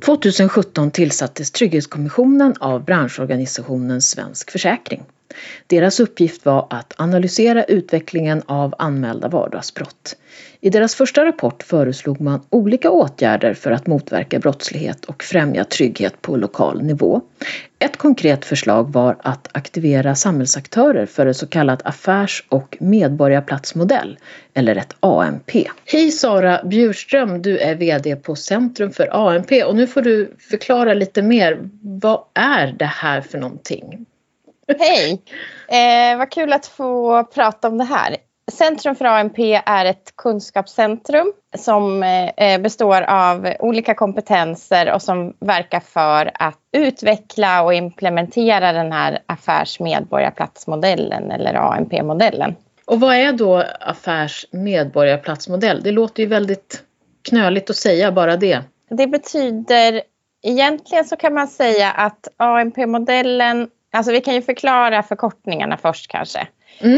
2017 tillsattes Trygghetskommissionen av branschorganisationen Svensk Försäkring. Deras uppgift var att analysera utvecklingen av anmälda vardagsbrott. I deras första rapport föreslog man olika åtgärder för att motverka brottslighet och främja trygghet på lokal nivå. Ett konkret förslag var att aktivera samhällsaktörer för en så kallad affärs- och medborgarplatsmodell, eller ett AMP. Hej Sara Bjurström, du är vd på Centrum för AMP och nu får du förklara lite mer. Vad är det här för någonting? Hej, vad kul att få prata om det här. Centrum för AMP är ett kunskapscentrum som består av olika kompetenser och som verkar för att utveckla och implementera den här affärsmedborgarplatsmodellen eller AMP-modellen. Och vad är då affärsmedborgarplatsmodell? Det låter ju väldigt knöligt att säga bara det. Det betyder, egentligen så kan man säga att AMP-modellen, alltså vi kan ju förklara förkortningarna först kanske.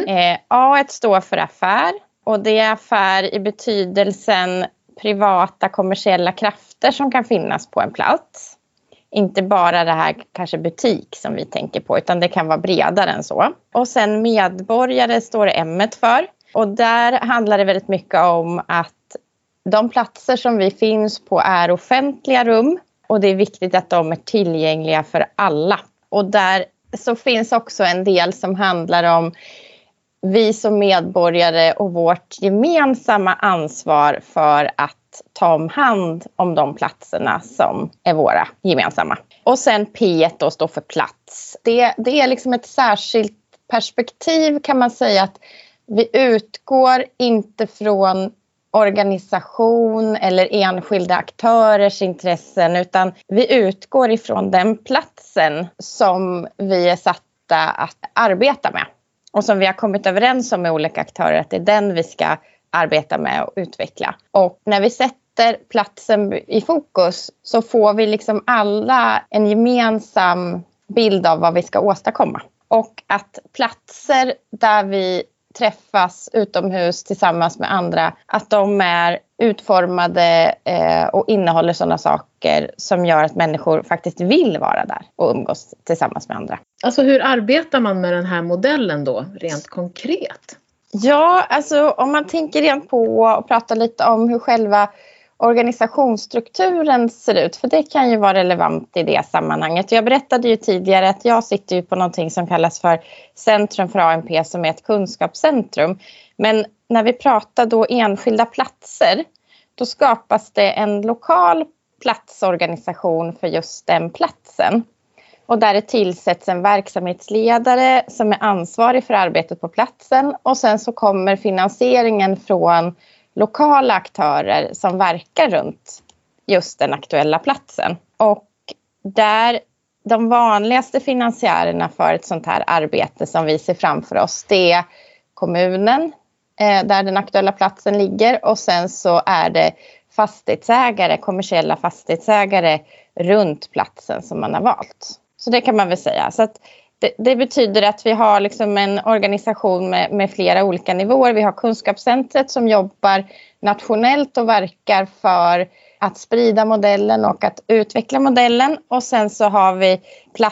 A står för affär och det är affär i betydelsen privata kommersiella krafter som kan finnas på en plats. Inte bara det här kanske butik som vi tänker på utan det kan vara bredare än så. Och sen medborgare står M för och där handlar det väldigt mycket om att de platser som vi finns på är offentliga rum och det är viktigt att de är tillgängliga för alla. Och där så finns också en del som handlar om vi som medborgare och vårt gemensamma ansvar för att ta om hand om de platserna som är våra gemensamma. Och sen P då står för plats. Det är liksom ett särskilt perspektiv kan man säga att vi utgår inte från organisation eller enskilda aktörers intressen utan vi utgår ifrån den platsen som vi är satta att arbeta med och som vi har kommit överens om med olika aktörer att det är den vi ska arbeta med och utveckla. Och när vi sätter platsen i fokus så får vi liksom alla en gemensam bild av vad vi ska åstadkomma. Och att platser där vi träffas utomhus tillsammans med andra, att de är utformade och innehåller sådana saker som gör att människor faktiskt vill vara där och umgås tillsammans med andra. Alltså hur arbetar man med den här modellen då, rent konkret? Ja, alltså om man tänker rent på och pratar lite om hur själva organisationsstrukturen ser ut, för det kan ju vara relevant i det sammanhanget. Jag berättade ju tidigare att jag sitter ju på någonting som kallas för Centrum för AMP som är ett kunskapscentrum. Men när vi pratar då enskilda platser, då skapas det en lokal platsorganisation för just den platsen. Och där det tillsätts en verksamhetsledare som är ansvarig för arbetet på platsen och sen så kommer finansieringen från lokala aktörer som verkar runt just den aktuella platsen. Och där de vanligaste finansiärerna för ett sånt här arbete som vi ser framför oss, det är kommunen där den aktuella platsen ligger och sen så är det fastighetsägare, kommersiella fastighetsägare runt platsen som man har valt. Så det kan man väl säga. Så att det betyder att vi har liksom en organisation med flera olika nivåer. Vi har kunskapscentret som jobbar nationellt och verkar för att sprida modellen och att utveckla modellen. Och sen så har vi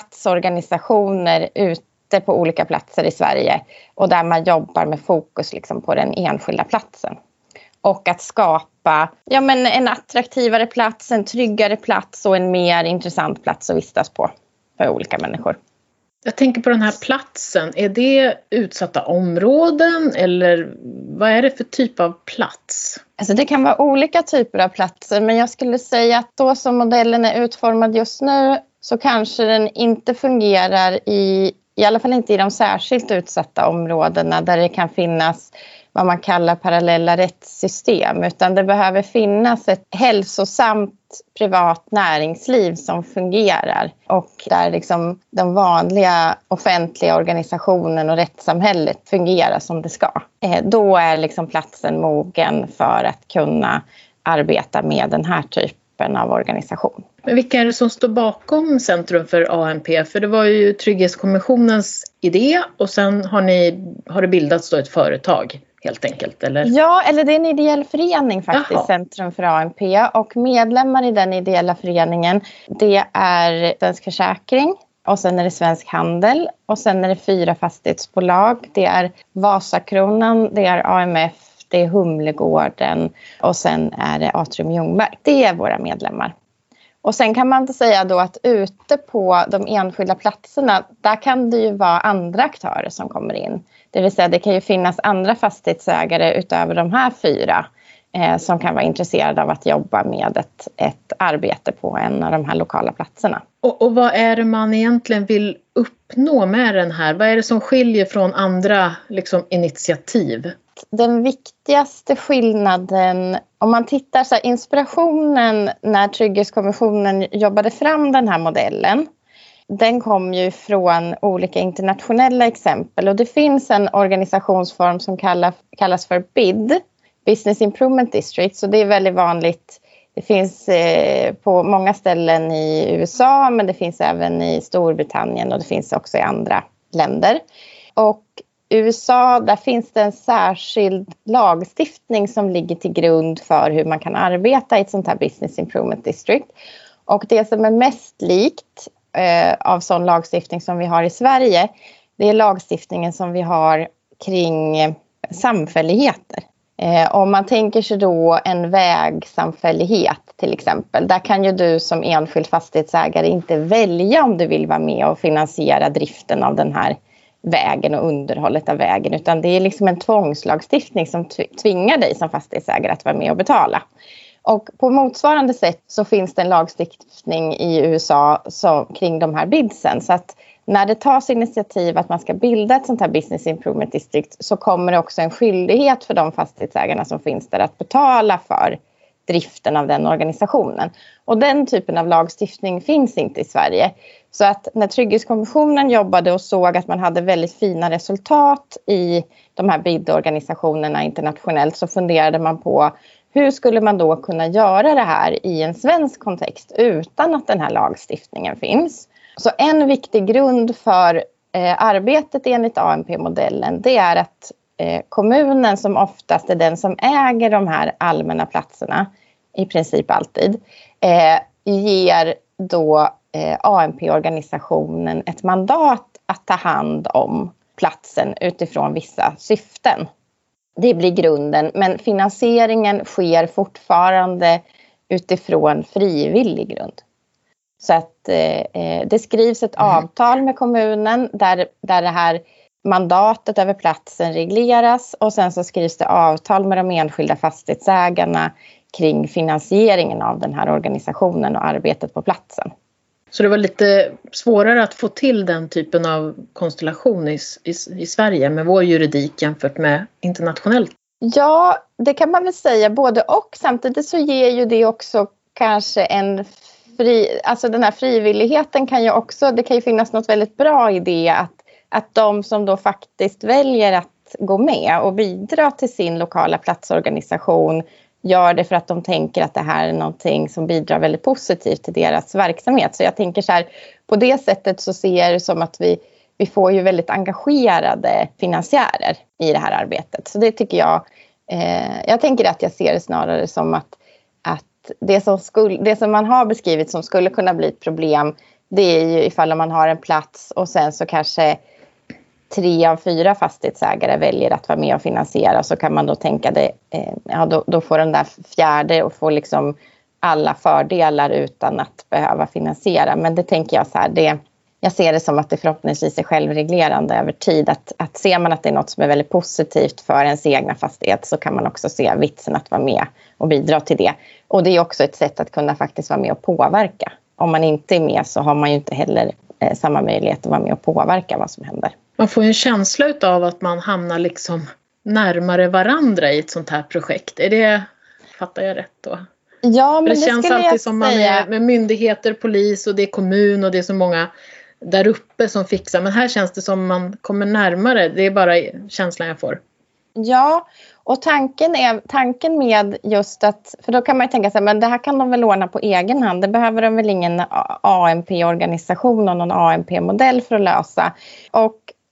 platsorganisationer ute på olika platser i Sverige. Och där man jobbar med fokus liksom på den enskilda platsen. Och att skapa en attraktivare plats, en tryggare plats och en mer intressant plats att vistas på för olika människor. Jag tänker på den här platsen. Är det utsatta områden eller vad är det för typ av plats? Alltså det kan vara olika typer av platser men jag skulle säga att då som modellen är utformad just nu så kanske den inte fungerar i alla fall inte i de särskilt utsatta områdena där det kan finnas vad man kallar parallella rättssystem utan det behöver finnas ett hälsosamt privat näringsliv som fungerar och där liksom de vanliga offentliga organisationen och rättssamhället fungerar som det ska. Då är liksom platsen mogen för att kunna arbeta med den här typen av organisation. Men vilka är det som står bakom Centrum för AMP? För det var ju Trygghetskommissionens idé och sen har det bildats då ett företag helt enkelt, eller? Ja, eller det är en ideell förening faktiskt, Jaha. Centrum för ANP. Och medlemmar i den ideella föreningen, det är Svensk Försäkring och sen är det Svensk Handel och sen är det 4 fastighetsbolag. Det är Vasakronan, det är AMF, det är Humlegården och sen är det Atrium Ljungberg. Det är våra medlemmar. Och sen kan man säga då att ute på de enskilda platserna, där kan det ju vara andra aktörer som kommer in. Det vill säga det kan ju finnas andra fastighetsägare utöver de här 4 som kan vara intresserade av att jobba med ett arbete på en av de här lokala platserna. Och vad är det man egentligen vill uppnå med den här? Vad är det som skiljer från andra initiativ? Den viktigaste skillnaden, om man tittar så här, inspirationen när Trygghetskommissionen jobbade fram den här modellen, den kom ju från olika internationella exempel och det finns en organisationsform som kallas för BID, Business Improvement District, så det är väldigt vanligt. Det finns på många ställen i USA, men det finns även i Storbritannien och det finns också i andra länder. Och i USA, där finns det en särskild lagstiftning som ligger till grund för hur man kan arbeta i ett sånt här Business Improvement District. Och det som är mest likt av sån lagstiftning som vi har i Sverige, det är lagstiftningen som vi har kring samfälligheter. Om man tänker sig då en vägsamfällighet till exempel, där kan ju du som enskild fastighetsägare inte välja om du vill vara med och finansiera driften av den här vägen och underhållet av vägen, utan det är liksom en tvångslagstiftning som tvingar dig som fastighetsägare att vara med och betala. Och på motsvarande sätt så finns det en lagstiftning i USA kring de här bidsen, så att när det tas initiativ att man ska bilda ett sånt här Business Improvement District så kommer det också en skyldighet för de fastighetsägarna som finns där att betala för driften av den organisationen. Och den typen av lagstiftning finns inte i Sverige. Så att när Trygghetskommissionen jobbade och såg att man hade väldigt fina resultat i de här BID-organisationerna internationellt, så funderade man på hur skulle man då kunna göra det här i en svensk kontext utan att den här lagstiftningen finns. Så en viktig grund för arbetet enligt ANP-modellen, det är att kommunen, som oftast är den som äger de här allmänna platserna, i princip alltid, ger då ANP-organisationen ett mandat att ta hand om platsen utifrån vissa syften. Det blir grunden, men finansieringen sker fortfarande utifrån frivillig grund. Så att det skrivs ett avtal med kommunen där det här mandatet över platsen regleras, och sen så skrivs det avtal med de enskilda fastighetsägarna kring finansieringen av den här organisationen och arbetet på platsen. Så det var lite svårare att få till den typen av konstellation i Sverige med vår juridik jämfört med internationellt? Ja, det kan man väl säga, både och. Samtidigt så ger ju det också kanske alltså den här frivilligheten kan ju också, det kan ju finnas något väldigt bra i det, att de som då faktiskt väljer att gå med och bidra till sin lokala platsorganisation gör det för att de tänker att det här är någonting som bidrar väldigt positivt till deras verksamhet. Så jag tänker så här, på det sättet så ser jag det som att vi får ju väldigt engagerade finansiärer i det här arbetet. Så det tycker jag tänker att jag ser det snarare som att det som man har beskrivit som skulle kunna bli ett problem, det är ju ifall man har en plats och sen så kanske 3 av 4 fastighetsägare väljer att vara med och finansiera, så kan man då tänka det, då får den där fjärde och får liksom alla fördelar utan att behöva finansiera. Men det tänker jag så här, jag ser det som att det förhoppningsvis är självreglerande över tid, att ser man att det är något som är väldigt positivt för ens egna fastighet, så kan man också se vitsen att vara med och bidra till det. Och det är också ett sätt att kunna faktiskt vara med och påverka. Om man inte är med så har man ju inte heller samma möjlighet att vara med och påverka vad som händer. Man får ju en känsla av att man hamnar liksom närmare varandra i ett sånt här projekt. Fattar jag rätt då? Ja, men det känns alltid som man är med myndigheter, polis och det är kommun och det är så många där uppe som fixar. Men här känns det som man kommer närmare. Det är bara känslan jag får. Ja, och tanken med just att, för då kan man ju tänka sig, men det här kan de väl ordna på egen hand. Det behöver de väl ingen ANP-organisation och någon ANP-modell för att lösa. Och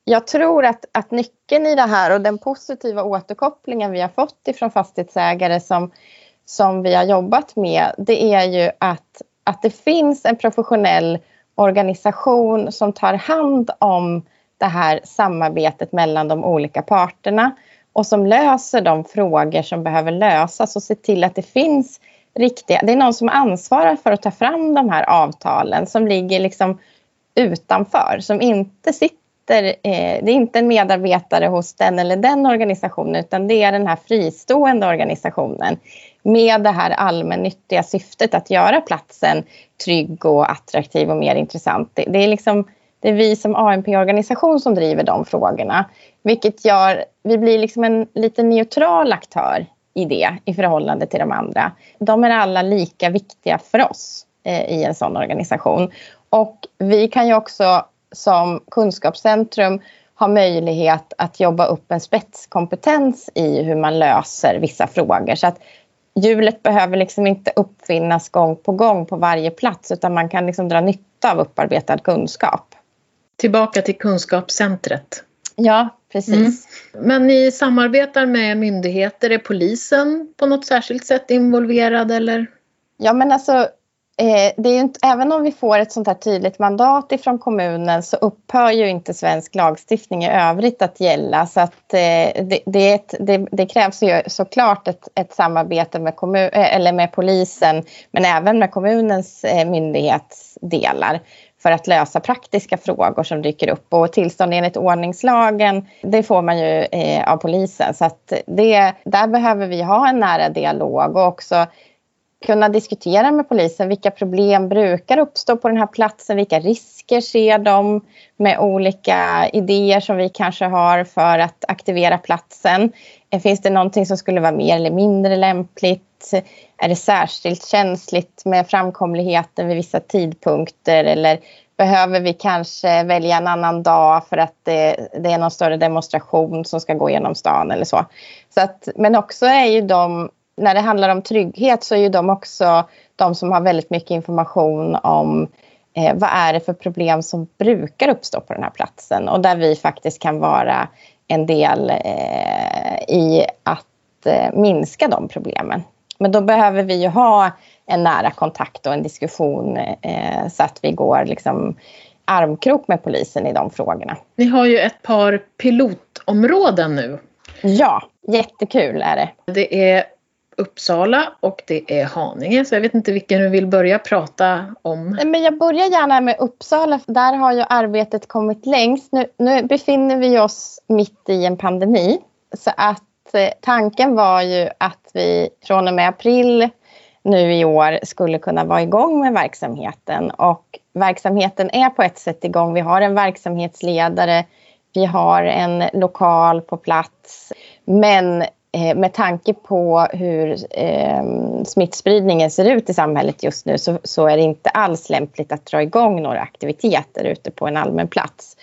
Jag tror att nyckeln i det här och den positiva återkopplingen vi har fått ifrån fastighetsägare som vi har jobbat med, det är ju att det finns en professionell organisation som tar hand om det här samarbetet mellan de olika parterna och som löser de frågor som behöver lösas och ser till att det finns det är någon som ansvarar för att ta fram de här avtalen som ligger liksom utanför, som inte sitter, det är inte en medarbetare hos den eller den organisationen, utan det är den här fristående organisationen med det här allmännyttiga syftet att göra platsen trygg och attraktiv och mer intressant. Det är vi som AMP-organisation som driver de frågorna, vilket gör vi blir liksom en lite neutral aktör i det i förhållande till de andra. De är alla lika viktiga för oss i en sån organisation. Och vi kan ju också som kunskapscentrum ha möjlighet att jobba upp en spetskompetens i hur man löser vissa frågor. Så att hjulet behöver liksom inte uppfinnas gång på varje plats, utan man kan liksom dra nytta av upparbetad kunskap. Tillbaka till kunskapscentret. Ja, precis. Men ni samarbetar med myndigheter, är polisen på något särskilt sätt involverad eller? Ja, men alltså det är ju inte, även om vi får ett sånt här tydligt mandat ifrån kommunen så upphör ju inte svensk lagstiftning i övrigt att gälla. Så att det krävs ju såklart ett samarbete med eller med polisen, men även med kommunens myndighetsdelar för att lösa praktiska frågor som dyker upp. Och tillstånd enligt ordningslagen, det får man ju av polisen. Så att där behöver vi ha en nära dialog och också kunna diskutera med polisen vilka problem brukar uppstå på den här platsen, vilka risker ser de med olika idéer som vi kanske har för att aktivera platsen. Finns det någonting som skulle vara mer eller mindre lämpligt? Är det särskilt känsligt med framkomligheten vid vissa tidpunkter eller behöver vi kanske välja en annan dag för att det är någon större demonstration som ska gå genom stan eller så. Men också är ju när det handlar om trygghet så är ju de också de som har väldigt mycket information om vad är det för problem som brukar uppstå på den här platsen. Och där vi faktiskt kan vara en del i att minska de problemen. Men då behöver vi ju ha en nära kontakt och en diskussion så att vi går liksom armkrok med polisen i de frågorna. Ni har ju ett par pilotområden nu. Ja, jättekul är det. Det är Uppsala och det är Haninge, så jag vet inte vilken du vill börja prata om. Men jag börjar gärna med Uppsala, där har ju arbetet kommit längst. Nu befinner vi oss mitt i en pandemi, så att tanken var ju att vi från och med april nu i år skulle kunna vara igång med verksamheten. Och verksamheten är på ett sätt igång. Vi har en verksamhetsledare, vi har en lokal på plats, men med tanke på hur smittspridningen ser ut i samhället just nu så är det inte alls lämpligt att dra igång några aktiviteter ute på en allmän plats.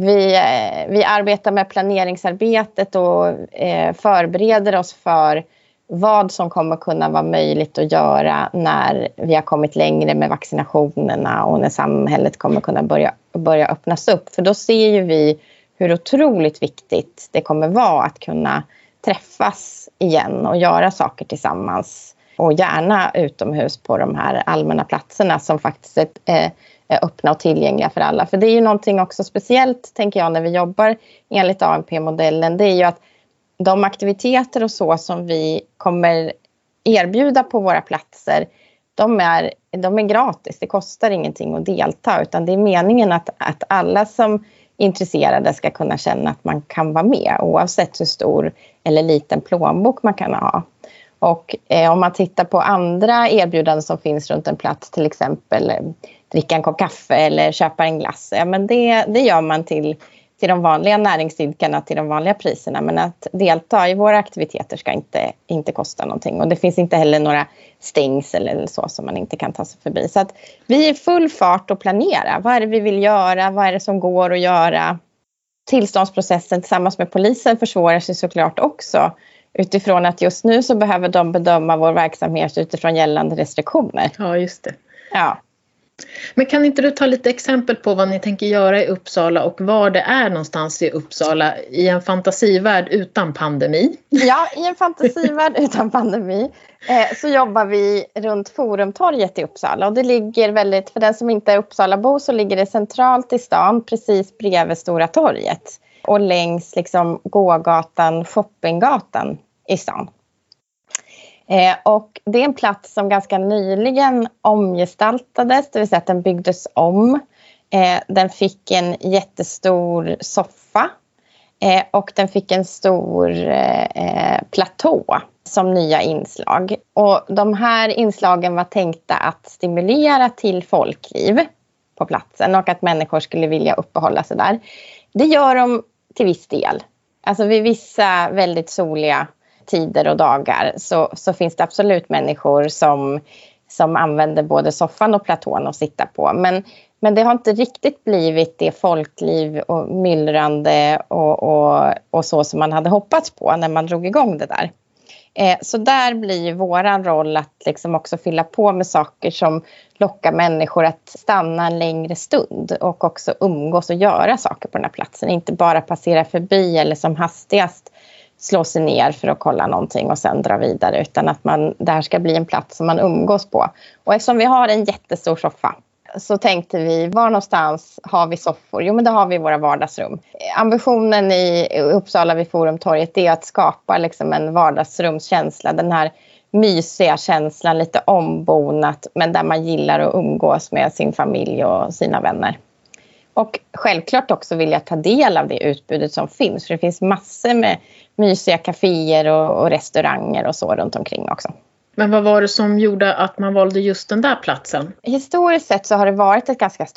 Vi arbetar med planeringsarbetet och förbereder oss för vad som kommer kunna vara möjligt att göra när vi har kommit längre med vaccinationerna och när samhället kommer kunna börja öppnas upp. För då ser ju vi hur otroligt viktigt det kommer vara att kunna träffas igen och göra saker tillsammans. Och gärna utomhus på de här allmänna platserna som faktiskt är öppna och tillgängliga för alla. För det är ju någonting också speciellt, tänker jag, när vi jobbar enligt AMP-modellen. Det är ju att de aktiviteter och så som vi kommer erbjuda på våra platser, de är gratis. Det kostar ingenting att delta, utan det är meningen att alla som är intresserade ska kunna känna att man kan vara med oavsett hur stor eller liten plånbok man kan ha. Och om man tittar på andra erbjudanden som finns runt en plats, till exempel dricka en kopp kaffe eller köpa en glass, ja, men det gör man till de vanliga näringsidkarna, till de vanliga priserna. Men att delta i våra aktiviteter ska inte kosta någonting. Och det finns inte heller några stängsel eller så som man inte kan ta sig förbi. Så att vi är full fart att planera. Vad är det vi vill göra? Vad är det som går att göra? Tillståndsprocessen tillsammans med polisen försvårar sig såklart också. Utifrån att just nu så behöver de bedöma vår verksamhet utifrån gällande restriktioner. Ja, just det. Ja. Men kan inte du ta lite exempel på vad ni tänker göra i Uppsala och var det är någonstans i Uppsala i en fantasivärld utan pandemi? Ja, i en fantasivärld utan pandemi så jobbar vi runt Forumtorget i Uppsala. Och det ligger väldigt, för den som inte är Uppsalabo så ligger det centralt i stan, precis bredvid Stora torget. Och längs liksom gågatan, shoppinggatan i stan. Och det är en plats som ganska nyligen omgestaltades, det vill säga att den byggdes om. Den fick en jättestor soffa och den fick en stor platå som nya inslag. Och de här inslagen var tänkta att stimulera till folkliv på platsen och att människor skulle vilja uppehålla sig där. Det gör de till viss del. Alltså vid vissa väldigt soliga tider och dagar så finns det absolut människor som använder både soffan och platån att sitta på. Men det har inte riktigt blivit det folkliv och myllrande och så som man hade hoppats på när man drog igång det där. Så där blir våran roll att liksom också fylla på med saker som lockar människor att stanna en längre stund och också umgås och göra saker på den här platsen. Inte bara passera förbi eller som hastigast slå sig ner för att kolla någonting och sen dra vidare, utan att det här ska bli en plats som man umgås på. Och eftersom vi har en jättestor soffa så tänkte vi, var någonstans har vi soffor? Jo, men det har vi i våra vardagsrum. Ambitionen i Uppsala vid Forumtorget är att skapa liksom en vardagsrumskänsla, den här mysiga känslan, lite ombonat, men där man gillar att umgås med sin familj och sina vänner. Och självklart också vill jag ta del av det utbudet som finns, för det finns massor med mysiga kaféer och restauranger och så runt omkring också. Men vad var det som gjorde att man valde just den där platsen? Historiskt sett så har det varit ett ganska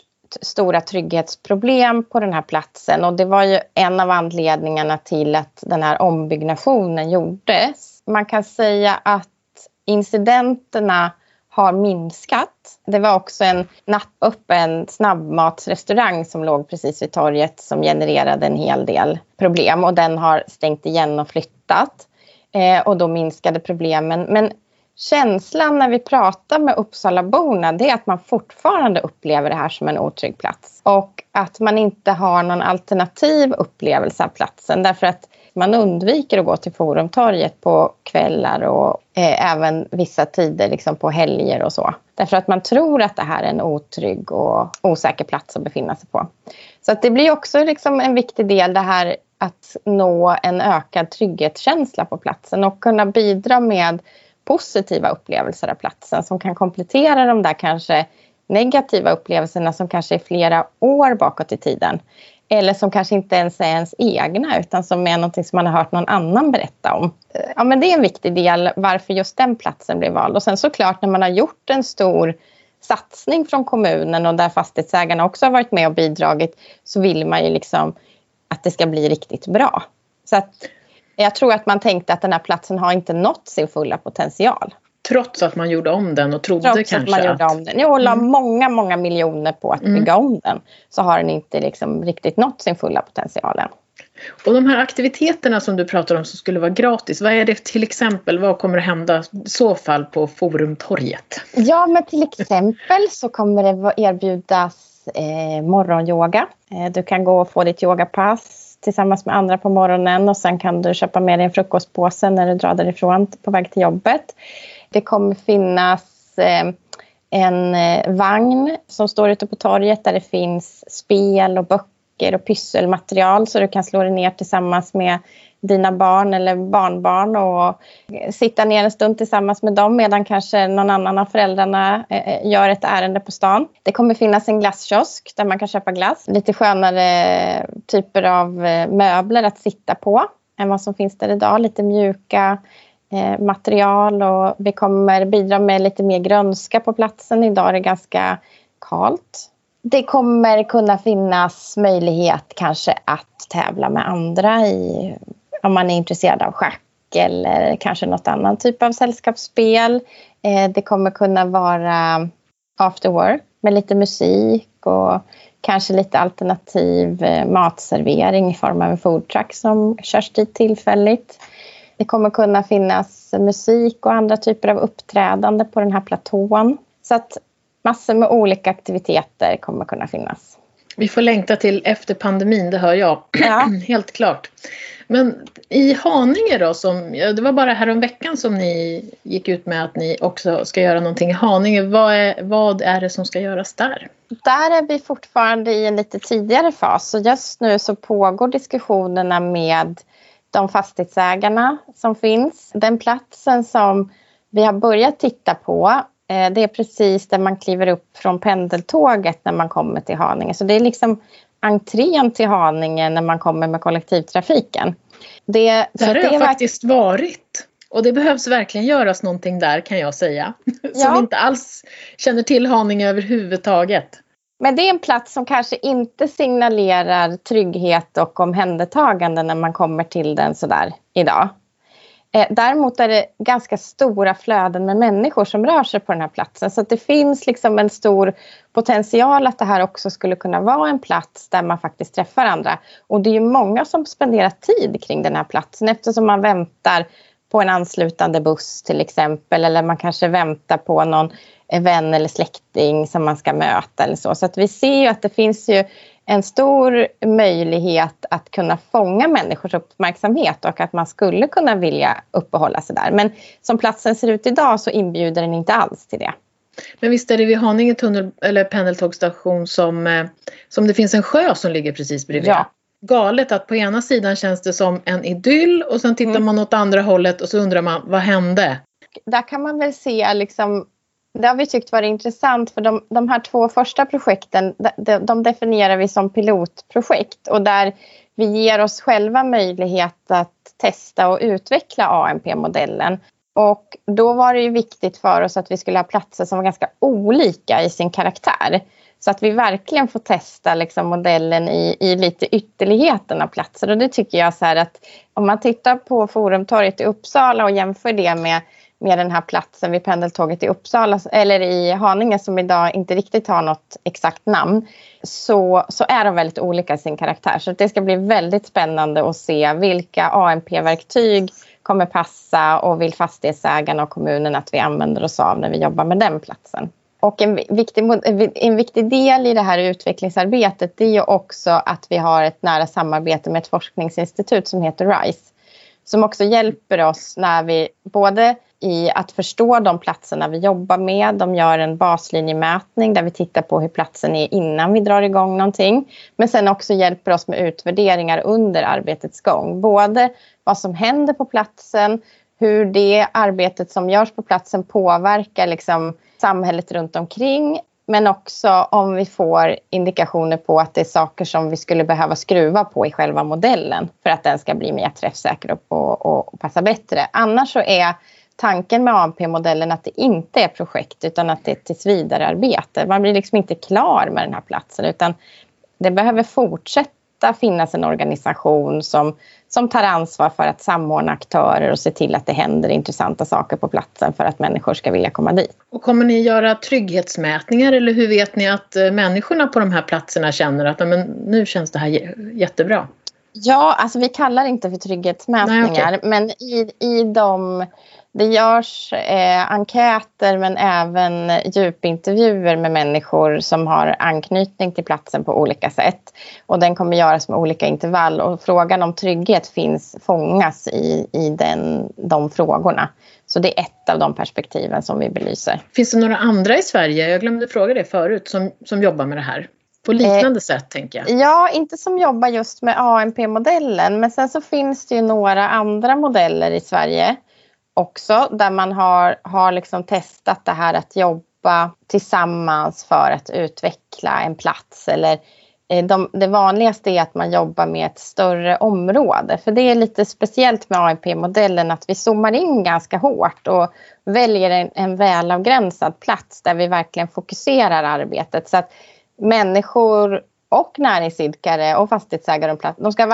stora trygghetsproblem på den här platsen. Och det var ju en av anledningarna till att den här ombyggnationen gjordes. Man kan säga att incidenterna har minskat. Det var också en nattöppen snabbmatsrestaurang som låg precis vid torget som genererade en hel del problem. Och den har stängt igen och flyttat. Och då minskade problemen. Men känslan när vi pratar med Uppsalaborna, det är att man fortfarande upplever det här som en otrygg plats. Och att man inte har någon alternativ upplevelse av platsen. Därför att man undviker att gå till Forumtorget på kvällar och även vissa tider liksom på helger och så. Därför att man tror att det här är en otrygg och osäker plats att befinna sig på. Så att det blir också liksom en viktig del det här att nå en ökad trygghetskänsla på platsen och kunna bidra med positiva upplevelser av platsen som kan komplettera de där kanske negativa upplevelserna som kanske är flera år bakåt i tiden. Eller som kanske inte ens är ens egna utan som är någonting som man har hört någon annan berätta om. Ja, men det är en viktig del varför just den platsen blev vald. Och sen såklart när man har gjort en stor satsning från kommunen och där fastighetsägarna också har varit med och bidragit så vill man ju liksom att det ska bli riktigt bra. Så att jag tror att man tänkte att den här platsen har inte nått sin fulla potential. Trots att man gjorde om den och trodde Trots kanske att man gjorde om den. Jag la många miljoner på att bygga om den. Så har den inte liksom riktigt nått sin fulla potential än. Och de här aktiviteterna som du pratar om som skulle vara gratis. Vad är det till exempel? Vad kommer att hända i så fall på Forumtorget? Ja, men till exempel så kommer det erbjudas morgonyoga. Du kan gå och få ditt yogapass tillsammans med andra på morgonen. Och sen kan du köpa med dig en frukostpåse när du drar därifrån på väg till jobbet. Det kommer finnas en vagn som står ute på torget där det finns spel och böcker och pysselmaterial så du kan slå dig ner tillsammans med dina barn eller barnbarn och sitta ner en stund tillsammans med dem medan kanske någon annan av föräldrarna gör ett ärende på stan. Det kommer finnas en glasskiosk där man kan köpa glass. Lite skönare typer av möbler att sitta på än vad som finns där idag. Lite mjuka material och vi kommer bidra med lite mer grönska på platsen. Idag är det ganska kalt. Det kommer kunna finnas möjlighet kanske att tävla med andra om man är intresserad av schack eller kanske något annan typ av sällskapsspel. Det kommer kunna vara after work med lite musik och kanske lite alternativ matservering i form av en foodtruck som körs dit tillfälligt. Det kommer kunna finnas musik och andra typer av uppträdande på den här platån. Så att massor med olika aktiviteter kommer kunna finnas. Vi får längta till efter pandemin, det hör jag. Ja. Helt klart. Men i Haninge då, det var bara häromveckan som ni gick ut med att ni också ska göra någonting i Haninge. Vad är det som ska göras där? Där är vi fortfarande i en lite tidigare fas. Så just nu så pågår diskussionerna med de fastighetsägarna som finns. Den platsen som vi har börjat titta på, det är precis där man kliver upp från pendeltåget när man kommer till Haninge. Så det är liksom entrén till Haninge när man kommer med kollektivtrafiken. Där har jag faktiskt varit. Och det behövs verkligen göras någonting där, kan jag säga. Som inte alls känner till Haninge överhuvudtaget. Men det är en plats som kanske inte signalerar trygghet och omhändertagande när man kommer till den sådär idag. Däremot är det ganska stora flöden med människor som rör sig på den här platsen. Så att det finns liksom en stor potential att det här också skulle kunna vara en plats där man faktiskt träffar andra. Och det är ju många som spenderar tid kring den här platsen eftersom man väntar på en anslutande buss till exempel. Eller man kanske väntar på någon vän eller släkting som man ska möta eller så. Så att vi ser ju att det finns ju en stor möjlighet att kunna fånga människors uppmärksamhet och att man skulle kunna vilja uppehålla sig där. Men som platsen ser ut idag så inbjuder den inte alls till det. Men visst är det vid Haninge eller pendeltågstation som det finns en sjö som ligger precis bredvid? Ja. Galet att på ena sidan känns det som en idyll och sen tittar man åt andra hållet och så undrar man, vad hände? Där kan man väl se liksom, det har vi tyckt var intressant för de här 2 första projekten, de definierar vi som pilotprojekt och där vi ger oss själva möjlighet att testa och utveckla AMP-modellen. Och då var det ju viktigt för oss att vi skulle ha platser som var ganska olika i sin karaktär. Så att vi verkligen får testa liksom modellen i lite ytterligheten av platser. Och det tycker jag så här att om man tittar på Forumtorget i Uppsala och jämför det med den här platsen vid pendeltåget i Uppsala eller i Haninge som idag inte riktigt har något exakt namn, så är de väldigt olika i sin karaktär. Så det ska bli väldigt spännande att se vilka AMP-verktyg kommer passa och vill fastighetsägarna och kommunen att vi använder oss av när vi jobbar med den platsen. Och en viktig del i det här utvecklingsarbetet det är ju också att vi har ett nära samarbete med ett forskningsinstitut som heter RISE. Som också hjälper oss när vi både i att förstå de platserna vi jobbar med. De gör en baslinjemätning där vi tittar på hur platsen är innan vi drar igång någonting. Men sen också hjälper oss med utvärderingar under arbetets gång. Både vad som händer på platsen, hur det arbetet som görs på platsen påverkar liksom samhället runt omkring. Men också om vi får indikationer på att det är saker som vi skulle behöva skruva på i själva modellen. För att den ska bli mer träffsäker och passa bättre. Annars så är tanken med AMP-modellen att det inte är projekt utan att det är ett tillsvidarearbete. Man blir liksom inte klar med den här platsen utan det behöver fortsätta finnas en organisation som tar ansvar för att samordna aktörer och se till att det händer intressanta saker på platsen för att människor ska vilja komma dit. Och kommer ni göra trygghetsmätningar eller hur vet ni att människorna på de här platserna känner att men, nu känns det här jättebra? Ja, alltså vi kallar det inte för trygghetsmätningar. Nej, okay. Men i dem det görs enkäter men även djupintervjuer med människor som har anknytning till platsen på olika sätt. Och den kommer göras med olika intervall och frågan om trygghet fångas i de frågorna. Så det är ett av de perspektiven som vi belyser. Finns det några andra i Sverige, jag glömde fråga det förut, som jobbar med det här? På liknande sätt tänker jag. Ja, inte som jobbar just med AMP-modellen. Men sen så finns det ju några andra modeller i Sverige också. Där man har liksom testat det här att jobba tillsammans för att utveckla en plats. Eller det vanligaste är att man jobbar med ett större område. För det är lite speciellt med AMP-modellen att vi zoomar in ganska hårt. Och väljer en välavgränsad plats där vi verkligen fokuserar arbetet. Så att människor och näringsidkare och fastighetsägare de ska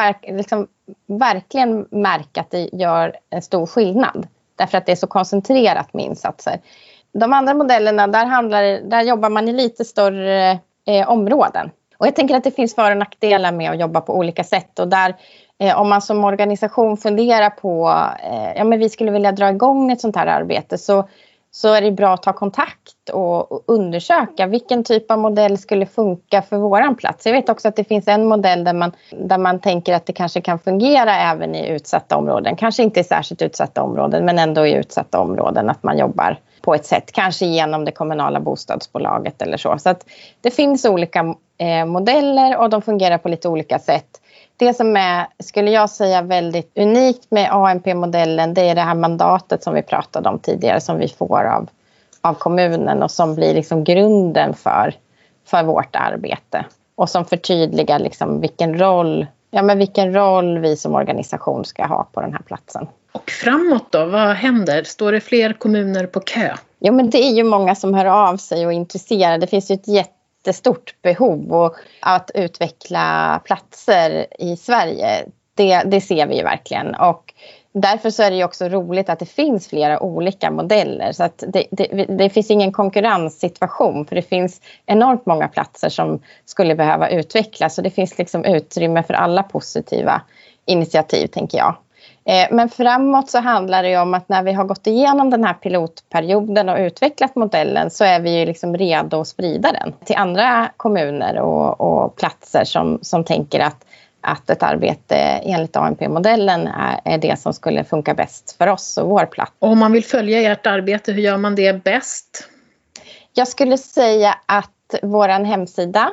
verkligen märka att det gör en stor skillnad. Därför att det är så koncentrerat med insatser. De andra modellerna, där jobbar man i lite större områden. Och jag tänker att det finns för- och nackdelar med att jobba på olika sätt. Och där om man som organisation funderar på men vi skulle vilja dra igång ett sånt här arbete så är det bra att ta kontakt ut och undersöka vilken typ av modell skulle funka för våran plats. Jag vet också att det finns en modell där man tänker att det kanske kan fungera även i utsatta områden. Kanske inte i särskilt utsatta områden, men ändå i utsatta områden, att man jobbar på ett sätt, kanske genom det kommunala bostadsbolaget eller så. Så att det finns olika modeller och de fungerar på lite olika sätt. Det som är, skulle jag säga, väldigt unikt med AMP-modellen, det är det här mandatet som vi pratade om tidigare, som vi får av kommunen och som blir liksom grunden för vårt arbete. Och som förtydligar liksom vilken roll vi som organisation ska ha på den här platsen. Och framåt då, vad händer? Står det fler kommuner på kö? Jo, men det är ju många som hör av sig och är intresserade. Det finns ju ett jättestort behov att utveckla platser i Sverige. Det ser vi ju verkligen. Och därför så är det ju också roligt att det finns flera olika modeller. Så att det finns ingen konkurrenssituation, för det finns enormt många platser som skulle behöva utvecklas. Så det finns liksom utrymme för alla positiva initiativ, tänker jag. Men framåt så handlar det ju om att när vi har gått igenom den här pilotperioden och utvecklat modellen, så är vi ju liksom redo att sprida den till andra kommuner och platser som tänker att ett arbete enligt AMP-modellen är det som skulle funka bäst för oss och vår plats. Och om man vill följa ert arbete, hur gör man det bäst? Jag skulle säga att våran hemsida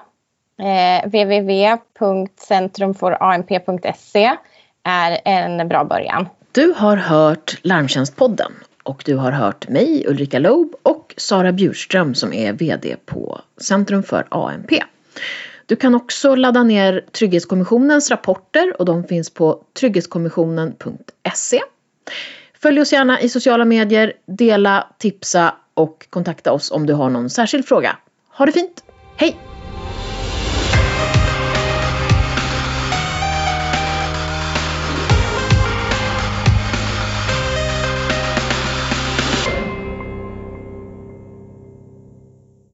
www.centrumforamp.se är en bra början. Du har hört Larmtjänstpodden och du har hört mig, Ulrika Loeb, och Sara Bjurström som är vd på Centrum för AMP. Du kan också ladda ner Trygghetskommissionens rapporter och de finns på trygghetskommissionen.se. Följ oss gärna i sociala medier, dela, tipsa och kontakta oss om du har någon särskild fråga. Ha det fint! Hej!